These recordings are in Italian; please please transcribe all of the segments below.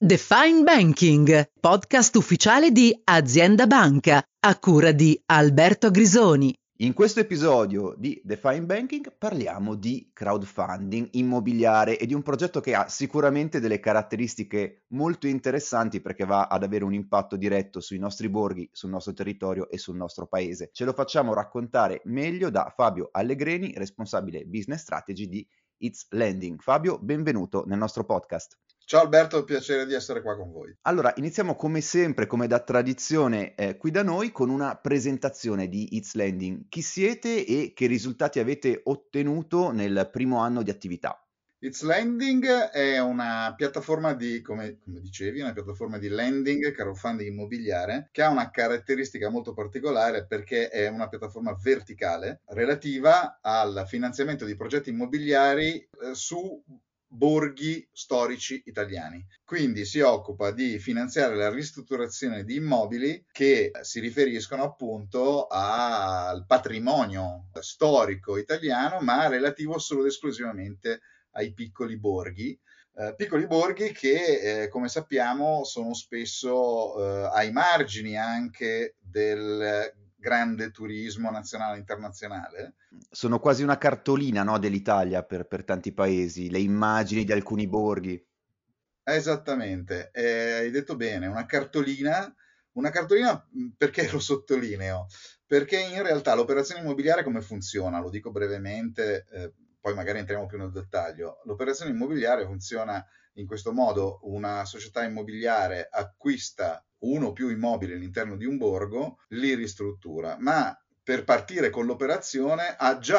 The Fine Banking, podcast ufficiale di Azienda Banca, a cura di Alberto Grisoni. In questo episodio di The Fine Banking parliamo di crowdfunding immobiliare e di un progetto che ha sicuramente delle caratteristiche molto interessanti perché va ad avere un impatto diretto sui nostri borghi, sul nostro territorio e sul nostro paese. Ce lo facciamo raccontare meglio da Fabio Allegreni, responsabile business strategy di It's Lending. Fabio, benvenuto nel nostro podcast. Ciao Alberto, è un piacere di essere qua con voi. Allora, iniziamo come sempre, come da tradizione qui da noi, con una presentazione di It's Lending. Chi siete e che risultati avete ottenuto nel primo anno di attività? It's Lending è una piattaforma come dicevi, una piattaforma di lending, crowdfunding immobiliare, che ha una caratteristica molto particolare perché è una piattaforma verticale relativa al finanziamento di progetti immobiliari su borghi storici italiani. Quindi si occupa di finanziare la ristrutturazione di immobili che si riferiscono appunto al patrimonio storico italiano, ma relativo solo ed esclusivamente ai piccoli borghi che come sappiamo sono spesso ai margini anche del grande turismo nazionale e internazionale. Sono quasi una cartolina, no, dell'Italia per tanti paesi, le immagini di alcuni borghi. Esattamente, hai detto bene, una cartolina perché lo sottolineo? Perché in realtà l'operazione immobiliare come funziona? Lo dico brevemente, poi magari entriamo più nel dettaglio. L'operazione immobiliare funziona in questo modo: una società immobiliare acquista uno o più immobili all'interno di un borgo, li ristruttura, ma per partire con l'operazione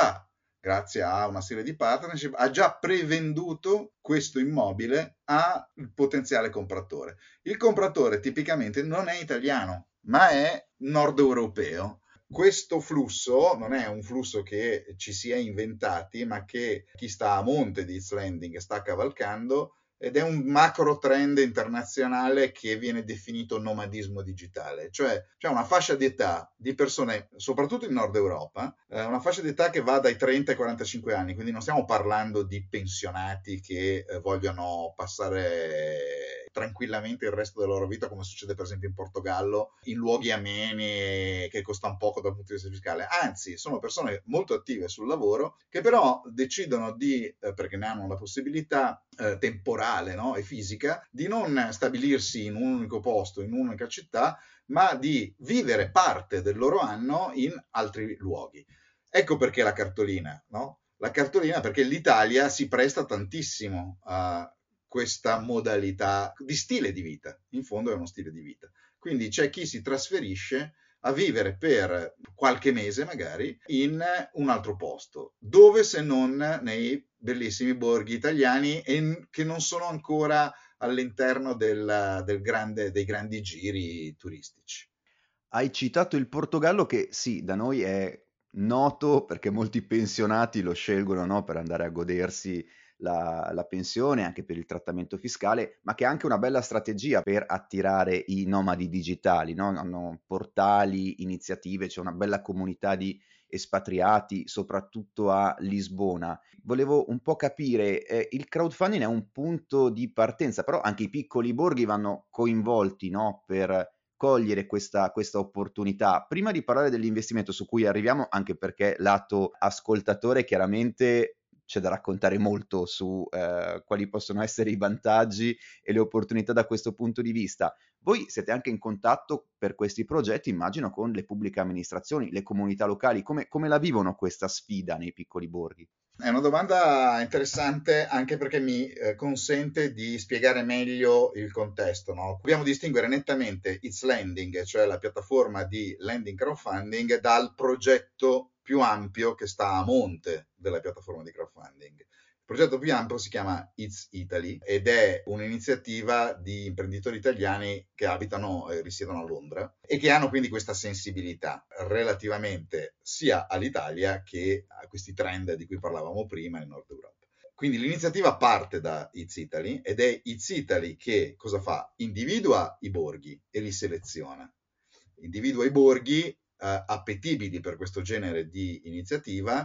grazie a una serie di partnership, ha già prevenduto questo immobile al potenziale compratore. Il compratore tipicamente non è italiano, ma è nord europeo. Questo flusso non è un flusso che ci si è inventati, ma che chi sta a monte di It's Lending sta cavalcando, ed è un macro trend internazionale che viene definito nomadismo digitale, cioè c'è una fascia di età di persone, soprattutto in Nord Europa, una fascia di età che va dai 30 ai 45 anni, quindi non stiamo parlando di pensionati che vogliono passare tranquillamente il resto della loro vita, come succede per esempio in Portogallo, in luoghi ameni che costano poco dal punto di vista fiscale. Anzi, sono persone molto attive sul lavoro che però decidono perché ne hanno la possibilità temporale, no, e fisica, di non stabilirsi in un unico posto, in un'unica città, ma di vivere parte del loro anno in altri luoghi. Ecco perché la cartolina, no? La cartolina perché l'Italia si presta tantissimo a questa modalità di stile di vita. In fondo è uno stile di vita. Quindi c'è chi si trasferisce a vivere per qualche mese magari in un altro posto, dove se non nei bellissimi borghi italiani e che non sono ancora all'interno dei grandi giri turistici. Hai citato il Portogallo che sì, da noi è noto perché molti pensionati lo scelgono, no, per andare a godersi la pensione, anche per il trattamento fiscale, ma che è anche una bella strategia per attirare i nomadi digitali, no? Hanno portali, iniziative, c'è una bella comunità di espatriati, soprattutto a Lisbona. Volevo un po' capire, il crowdfunding è un punto di partenza, però anche i piccoli borghi vanno coinvolti, no, per cogliere questa opportunità. Prima di parlare dell'investimento su cui arriviamo, anche perché lato ascoltatore chiaramente c'è da raccontare molto su quali possono essere i vantaggi e le opportunità da questo punto di vista. Voi siete anche in contatto per questi progetti, immagino, con le pubbliche amministrazioni, le comunità locali. Come la vivono questa sfida nei piccoli borghi? È una domanda interessante anche perché mi consente di spiegare meglio il contesto, no? Dobbiamo distinguere nettamente It's Lending, cioè la piattaforma di lending crowdfunding, dal progetto più ampio che sta a monte della piattaforma di crowdfunding. Il progetto più ampio si chiama It's Italy ed è un'iniziativa di imprenditori italiani che abitano e risiedono a Londra e che hanno quindi questa sensibilità relativamente sia all'Italia che a questi trend di cui parlavamo prima in Nord Europa. Quindi l'iniziativa parte da It's Italy ed è It's Italy che cosa fa? Individua i borghi e li seleziona. Individua i borghi appetibili per questo genere di iniziativa,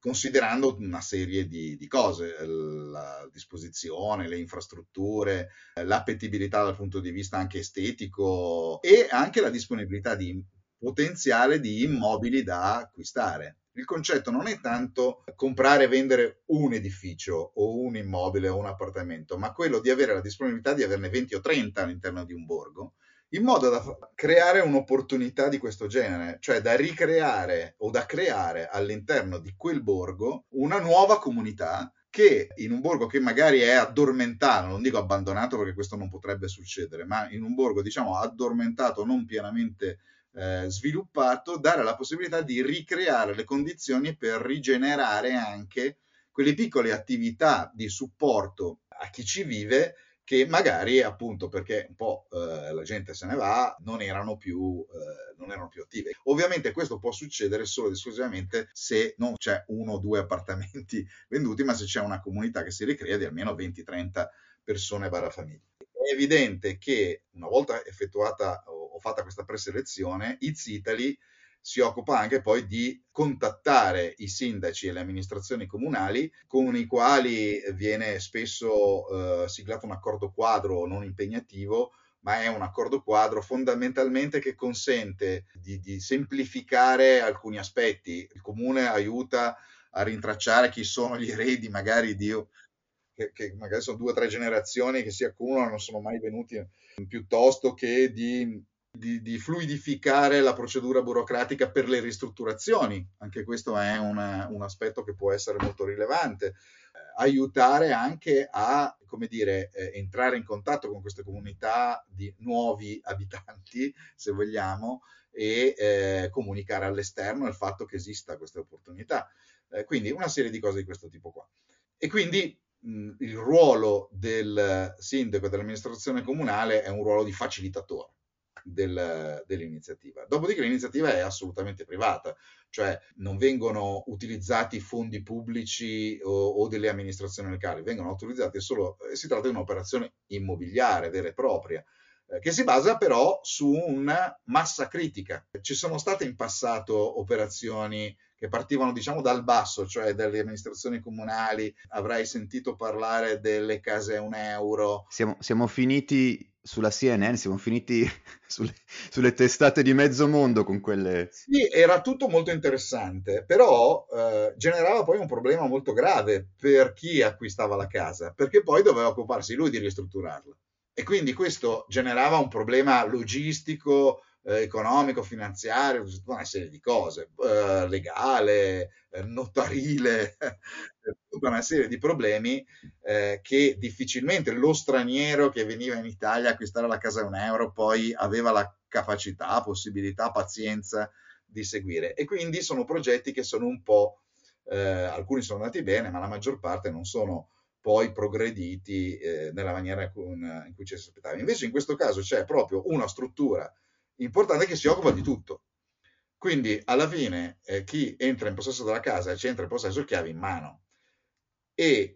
considerando una serie di cose, la disposizione, le infrastrutture, l'appetibilità dal punto di vista anche estetico e anche la disponibilità potenziale di immobili da acquistare. Il concetto non è tanto comprare e vendere un edificio o un immobile o un appartamento, ma quello di avere la disponibilità di averne 20 o 30 all'interno di un borgo, in modo da creare un'opportunità di questo genere, cioè da ricreare o da creare all'interno di quel borgo una nuova comunità che in un borgo che magari è addormentato, non dico abbandonato perché questo non potrebbe succedere, ma in un borgo diciamo addormentato, non pienamente sviluppato, dare la possibilità di ricreare le condizioni per rigenerare anche quelle piccole attività di supporto a chi ci vive che magari appunto perché un po' la gente se ne va non erano più attive. Ovviamente questo può succedere solo ed esclusivamente se non c'è uno o due appartamenti venduti, ma se c'è una comunità che si ricrea di almeno 20-30 persone barra famiglie. È evidente che una volta effettuata o fatta questa preselezione, It's Italy si occupa anche poi di contattare i sindaci e le amministrazioni comunali con i quali viene spesso siglato un accordo quadro non impegnativo, ma è un accordo quadro fondamentalmente che consente di semplificare alcuni aspetti. Il comune aiuta a rintracciare chi sono gli eredi magari che magari sono 2 o 3 generazioni che si accumulano, non sono mai venuti, piuttosto che di fluidificare la procedura burocratica per le ristrutturazioni. Anche questo è un aspetto che può essere molto rilevante. Aiutare anche a, come dire, entrare in contatto con queste comunità di nuovi abitanti, se vogliamo, e comunicare all'esterno il fatto che esista questa opportunità. Quindi una serie di cose di questo tipo qua. E quindi il ruolo del sindaco e dell'amministrazione comunale è un ruolo di facilitatore dell'iniziativa. Dopodiché l'iniziativa è assolutamente privata, cioè non vengono utilizzati fondi pubblici o delle amministrazioni locali, vengono utilizzati solo, si tratta di un'operazione immobiliare vera e propria, che si basa però su una massa critica. Ci sono state in passato operazioni che partivano diciamo dal basso, cioè dalle amministrazioni comunali, avrai sentito parlare delle case a €1. Siamo finiti sulla CNN, siamo finiti sulle testate di mezzo mondo con quelle... Sì, era tutto molto interessante, però generava poi un problema molto grave per chi acquistava la casa, perché poi doveva occuparsi lui di ristrutturarla. E quindi questo generava un problema logistico, economico, finanziario, tutta una serie di cose, legale, notarile, tutta una serie di problemi che difficilmente lo straniero che veniva in Italia a acquistare la casa a €1 poi aveva la capacità, possibilità, pazienza di seguire. E quindi sono progetti che sono un po', alcuni sono andati bene, ma la maggior parte non sono poi progrediti nella maniera in cui ci si aspettava. Invece in questo caso c'è proprio una struttura importante che si occupa di tutto. Quindi alla fine chi entra in possesso della casa ci entra in possesso chiave in mano e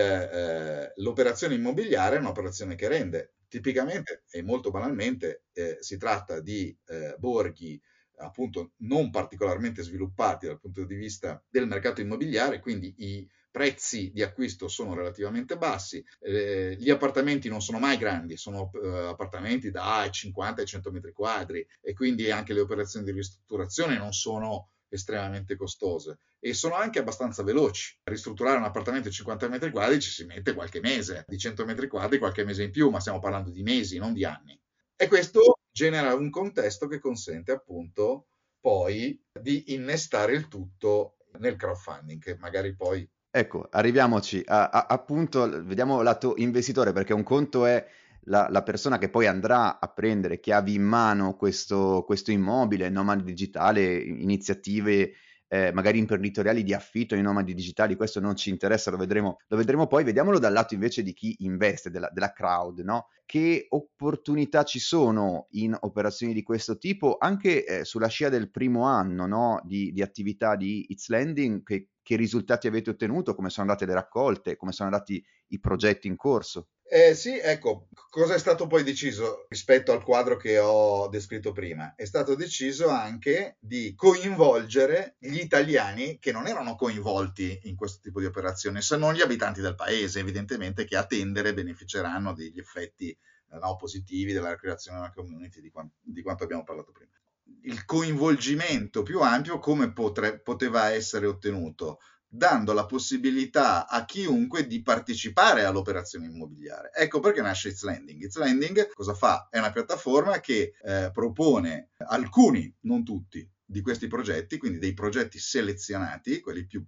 l'operazione immobiliare è un'operazione che rende. Tipicamente e molto banalmente si tratta di borghi appunto non particolarmente sviluppati dal punto di vista del mercato immobiliare, quindi i prezzi di acquisto sono relativamente bassi, gli appartamenti non sono mai grandi, sono appartamenti da 50 ai 100 metri quadri e quindi anche le operazioni di ristrutturazione non sono estremamente costose e sono anche abbastanza veloci. A ristrutturare un appartamento di 50 metri quadri ci si mette qualche mese, di 100 metri quadri qualche mese in più, ma stiamo parlando di mesi, non di anni. E questo genera un contesto che consente appunto poi di innestare il tutto nel crowdfunding, che magari poi... Ecco, arriviamoci appunto, vediamo lato investitore, perché un conto è la persona che poi andrà a prendere chiavi in mano questo immobile, nomadi digitale, iniziative magari imprenditoriali di affitto ai nomadi digitali, questo non ci interessa, lo vedremo poi. Vediamolo dal lato invece di chi investe, della crowd, no? Che opportunità ci sono in operazioni di questo tipo, anche sulla scia del primo anno, no? di attività di It's Lending, che risultati avete ottenuto, come sono andate le raccolte, come sono andati i progetti in corso? Sì, ecco, cosa è stato poi deciso rispetto al quadro che ho descritto prima? È stato deciso anche di coinvolgere gli italiani che non erano coinvolti in questo tipo di operazione, se non gli abitanti del paese, evidentemente, che a tendere beneficeranno degli effetti no, positivi della creazione della community di quanto abbiamo parlato prima. Il coinvolgimento più ampio come poteva essere ottenuto? Dando la possibilità a chiunque di partecipare all'operazione immobiliare. Ecco perché nasce It's Lending. It's Lending cosa fa? È una piattaforma che propone alcuni, non tutti, di questi progetti, quindi dei progetti selezionati, quelli più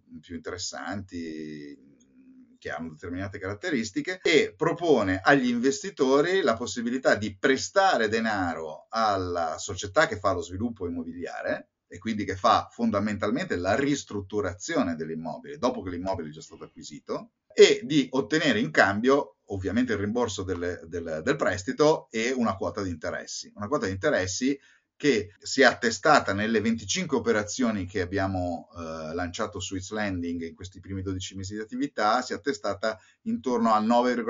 interessanti, che hanno determinate caratteristiche, e propone agli investitori la possibilità di prestare denaro alla società che fa lo sviluppo immobiliare e quindi che fa fondamentalmente la ristrutturazione dell'immobile dopo che l'immobile è già stato acquisito e di ottenere in cambio ovviamente il rimborso del prestito e una quota di interessi. Una quota di interessi che si è attestata nelle 25 operazioni che abbiamo lanciato su It's Lending in questi primi 12 mesi di attività, si è attestata intorno al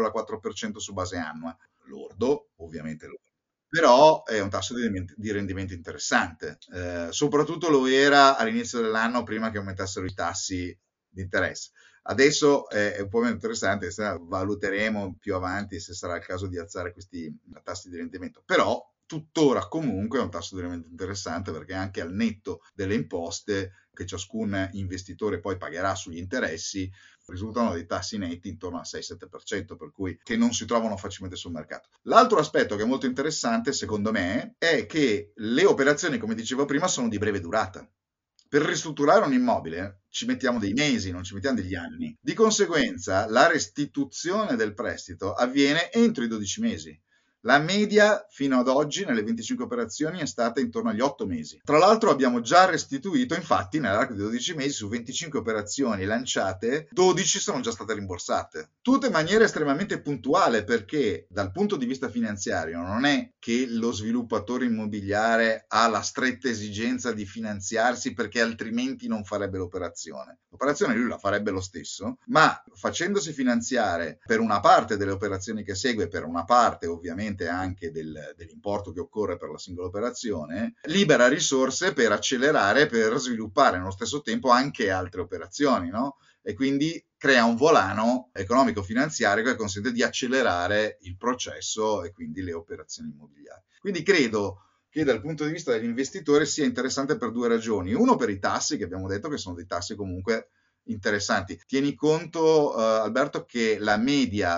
9,4% su base annua, lordo, ovviamente lordo. Però è un tasso di rendimento interessante, soprattutto lo era all'inizio dell'anno prima che aumentassero i tassi di interesse. Adesso è un po' meno interessante, valuteremo più avanti se sarà il caso di alzare questi tassi di rendimento, però tuttora comunque è un tasso di rendimento interessante perché anche al netto delle imposte che ciascun investitore poi pagherà sugli interessi risultano dei tassi netti intorno al 6-7%, per cui che non si trovano facilmente sul mercato. L'altro aspetto che è molto interessante, secondo me, è che le operazioni, come dicevo prima, sono di breve durata. Per ristrutturare un immobile ci mettiamo dei mesi, non ci mettiamo degli anni. Di conseguenza, la restituzione del prestito avviene entro i 12 mesi. La media fino ad oggi nelle 25 operazioni è stata intorno agli 8 mesi. Tra l'altro abbiamo già restituito, infatti, nell'arco di 12 mesi su 25 operazioni lanciate, 12 sono già state rimborsate. Tutto in maniera estremamente puntuale perché dal punto di vista finanziario non è che lo sviluppatore immobiliare ha la stretta esigenza di finanziarsi perché altrimenti non farebbe l'operazione. L'operazione lui la farebbe lo stesso, ma facendosi finanziare per una parte delle operazioni che segue, per una parte ovviamente anche dell'importo che occorre per la singola operazione, libera risorse per accelerare, per sviluppare nello stesso tempo anche altre operazioni, no? E quindi crea un volano economico-finanziario che consente di accelerare il processo e quindi le operazioni immobiliari. Quindi credo che dal punto di vista dell'investitore sia interessante per due ragioni. Uno, per i tassi, che abbiamo detto che sono dei tassi comunque interessanti. Tieni conto, Alberto, che la media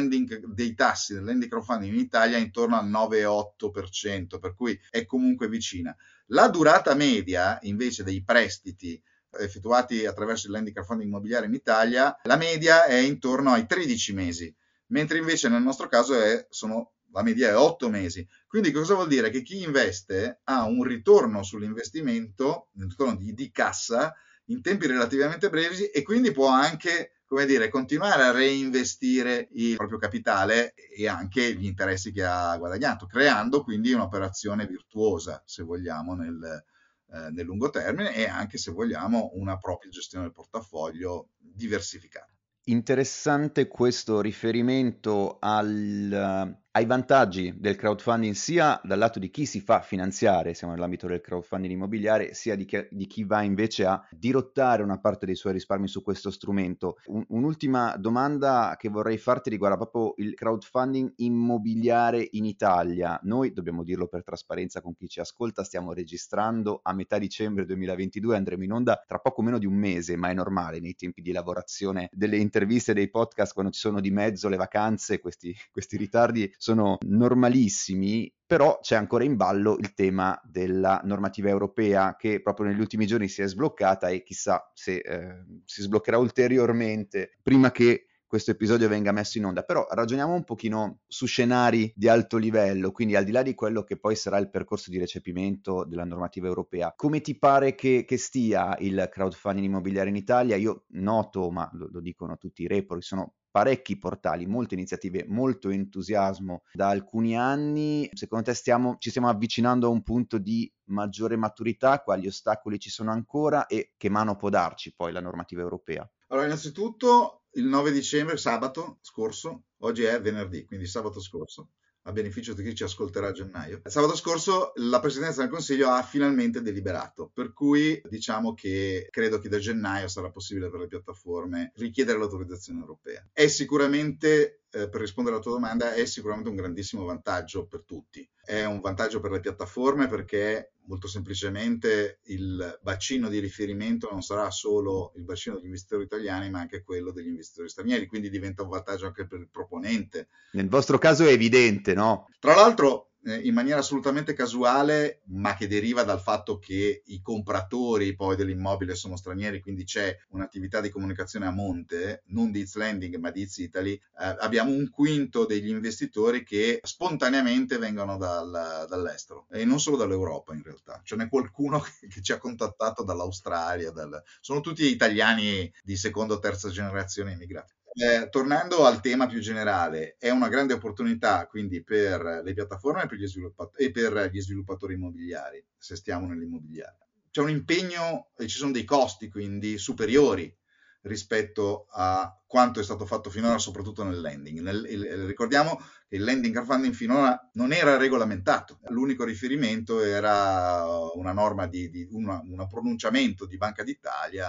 dei tassi del lending crowdfunding in Italia è intorno al 9,8%, per cui è comunque vicina. La durata media, invece, dei prestiti effettuati attraverso il lending crowdfunding immobiliare in Italia, la media è intorno ai 13 mesi, mentre invece nel nostro caso la media è 8 mesi. Quindi cosa vuol dire? Che chi investe ha un ritorno sull'investimento, un ritorno di cassa, in tempi relativamente brevi e quindi può anche, come dire, continuare a reinvestire il proprio capitale e anche gli interessi che ha guadagnato, creando quindi un'operazione virtuosa, se vogliamo, nel lungo termine e anche, se vogliamo, una propria gestione del portafoglio diversificata. Interessante questo riferimento ai vantaggi del crowdfunding sia dal lato di chi si fa finanziare, siamo nell'ambito del crowdfunding immobiliare, sia di chi va invece a dirottare una parte dei suoi risparmi su questo strumento. Un'ultima domanda che vorrei farti riguarda proprio il crowdfunding immobiliare in Italia. Noi, dobbiamo dirlo per trasparenza con chi ci ascolta, stiamo registrando a metà dicembre 2022, andremo in onda tra poco meno di un mese, ma è normale nei tempi di lavorazione delle interviste, dei podcast, quando ci sono di mezzo le vacanze, questi ritardi sono normalissimi, però c'è ancora in ballo il tema della normativa europea che proprio negli ultimi giorni si è sbloccata e chissà se si sbloccherà ulteriormente prima che questo episodio venga messo in onda. Però ragioniamo un pochino su scenari di alto livello, quindi al di là di quello che poi sarà il percorso di recepimento della normativa europea, come ti pare che stia il crowdfunding immobiliare in Italia? Io noto, ma lo dicono tutti i report, sono parecchi portali, molte iniziative, molto entusiasmo da alcuni anni. Secondo te ci stiamo avvicinando a un punto di maggiore maturità? Quali ostacoli ci sono ancora e che mano può darci poi la normativa europea? Allora, innanzitutto il 9 dicembre, sabato scorso, oggi è venerdì, quindi sabato scorso, a beneficio di chi ci ascolterà a gennaio. Sabato scorso la Presidenza del Consiglio ha finalmente deliberato, per cui diciamo che credo che da gennaio sarà possibile per le piattaforme richiedere l'autorizzazione europea. È sicuramente, per rispondere alla tua domanda, è sicuramente un grandissimo vantaggio per tutti. È un vantaggio per le piattaforme perché molto semplicemente il bacino di riferimento non sarà solo il bacino degli investitori italiani, ma anche quello degli investitori stranieri, quindi diventa un vantaggio anche per il proponente. Nel vostro caso è evidente, no? Tra l'altro, in maniera assolutamente casuale, ma che deriva dal fatto che i compratori poi dell'immobile sono stranieri, quindi c'è un'attività di comunicazione a monte, non di It's Lending ma di It's Italy, abbiamo un quinto degli investitori che spontaneamente vengono dall'estero e non solo dall'Europa in realtà. Ce n'è qualcuno che ci ha contattato dall'Australia, sono tutti italiani di seconda o terza generazione immigrati. Tornando al tema più generale, è una grande opportunità quindi per le piattaforme e per gli sviluppatori immobiliari, se stiamo nell'immobiliare. C'è un impegno e ci sono dei costi quindi superiori rispetto a quanto è stato fatto finora, soprattutto nel lending. Ricordiamo che il lending crowdfunding finora non era regolamentato, l'unico riferimento era una norma un pronunciamento di Banca d'Italia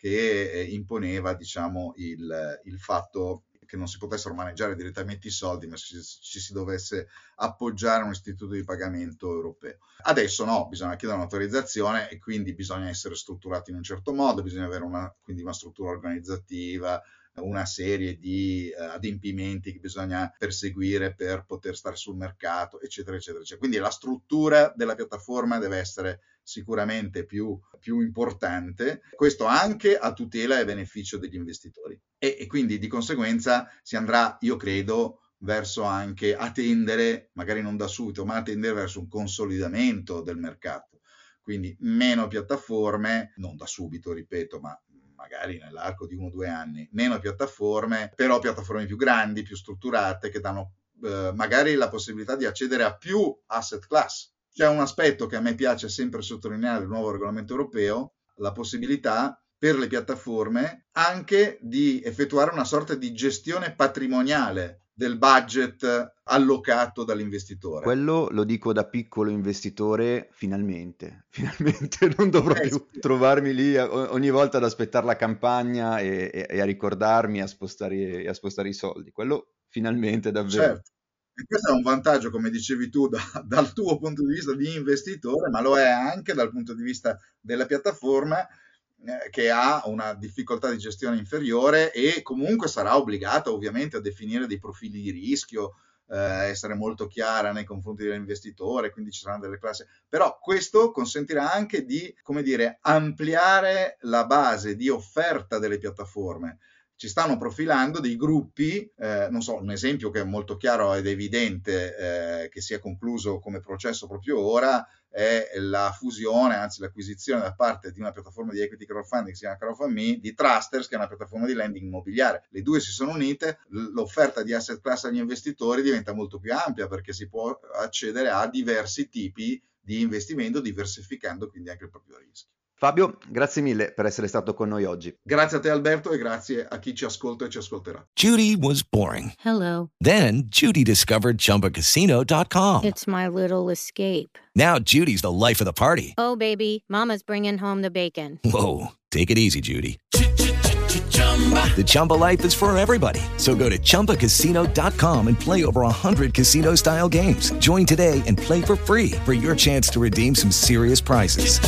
che imponeva, diciamo, il fatto che non si potessero maneggiare direttamente i soldi, ma ci si dovesse appoggiare a un istituto di pagamento europeo. Adesso no, bisogna chiedere un'autorizzazione e quindi bisogna essere strutturati in un certo modo, bisogna avere quindi una struttura organizzativa, una serie di adempimenti che bisogna perseguire per poter stare sul mercato, eccetera, eccetera, eccetera. Quindi la struttura della piattaforma deve essere sicuramente più importante, questo anche a tutela e beneficio degli investitori. E quindi di conseguenza si andrà, io credo, verso anche a tendere, magari non da subito, ma a tendere verso un consolidamento del mercato. Quindi meno piattaforme, non da subito, ripeto, ma magari nell'arco di 1 o 2 anni, meno piattaforme, però piattaforme più grandi, più strutturate, che danno magari la possibilità di accedere a più asset class. C'è un aspetto che a me piace sempre sottolineare del nuovo regolamento europeo, la possibilità per le piattaforme anche di effettuare una sorta di gestione patrimoniale del budget allocato dall'investitore. Quello lo dico da piccolo investitore, finalmente non dovrò più trovarmi lì ogni volta ad aspettare la campagna e a ricordarmi, a spostare i soldi. Quello finalmente davvero. Certo. E questo è un vantaggio, come dicevi tu, dal tuo punto di vista di investitore, ma lo è anche dal punto di vista della piattaforma, che ha una difficoltà di gestione inferiore e comunque sarà obbligata ovviamente a definire dei profili di rischio, essere molto chiara nei confronti dell'investitore, quindi ci saranno delle classi. Però questo consentirà anche di, come dire, ampliare la base di offerta delle piattaforme. Ci stanno profilando dei gruppi, non so, un esempio che è molto chiaro ed evidente, che si è concluso come processo proprio ora, è la fusione, anzi l'acquisizione da parte di una piattaforma di equity crowdfunding che si chiama Crowdfundme di Trusters, che è una piattaforma di lending immobiliare. Le due si sono unite, l'offerta di asset class agli investitori diventa molto più ampia perché si può accedere a diversi tipi di investimento, diversificando quindi anche il proprio rischio. Fabio, grazie mille per essere stato con noi oggi. Grazie a te Alberto e grazie a chi ci ascolta e ci ascolterà. Judy was boring. Hello. Then Judy discovered ChumbaCasino.com. It's my little escape. Now Judy's the life of the party. Oh, baby, mama's bringing home the bacon. Whoa, take it easy, Judy. The Chumba life is for everybody. So go to ChumbaCasino.com and play over 100 casino-style games. Join today and play for free for your chance to redeem some serious prizes.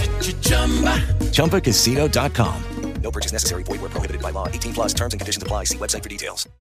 ChumbaCasino.com. No purchase necessary. Void where prohibited by law. 18+ terms and conditions apply. See website for details.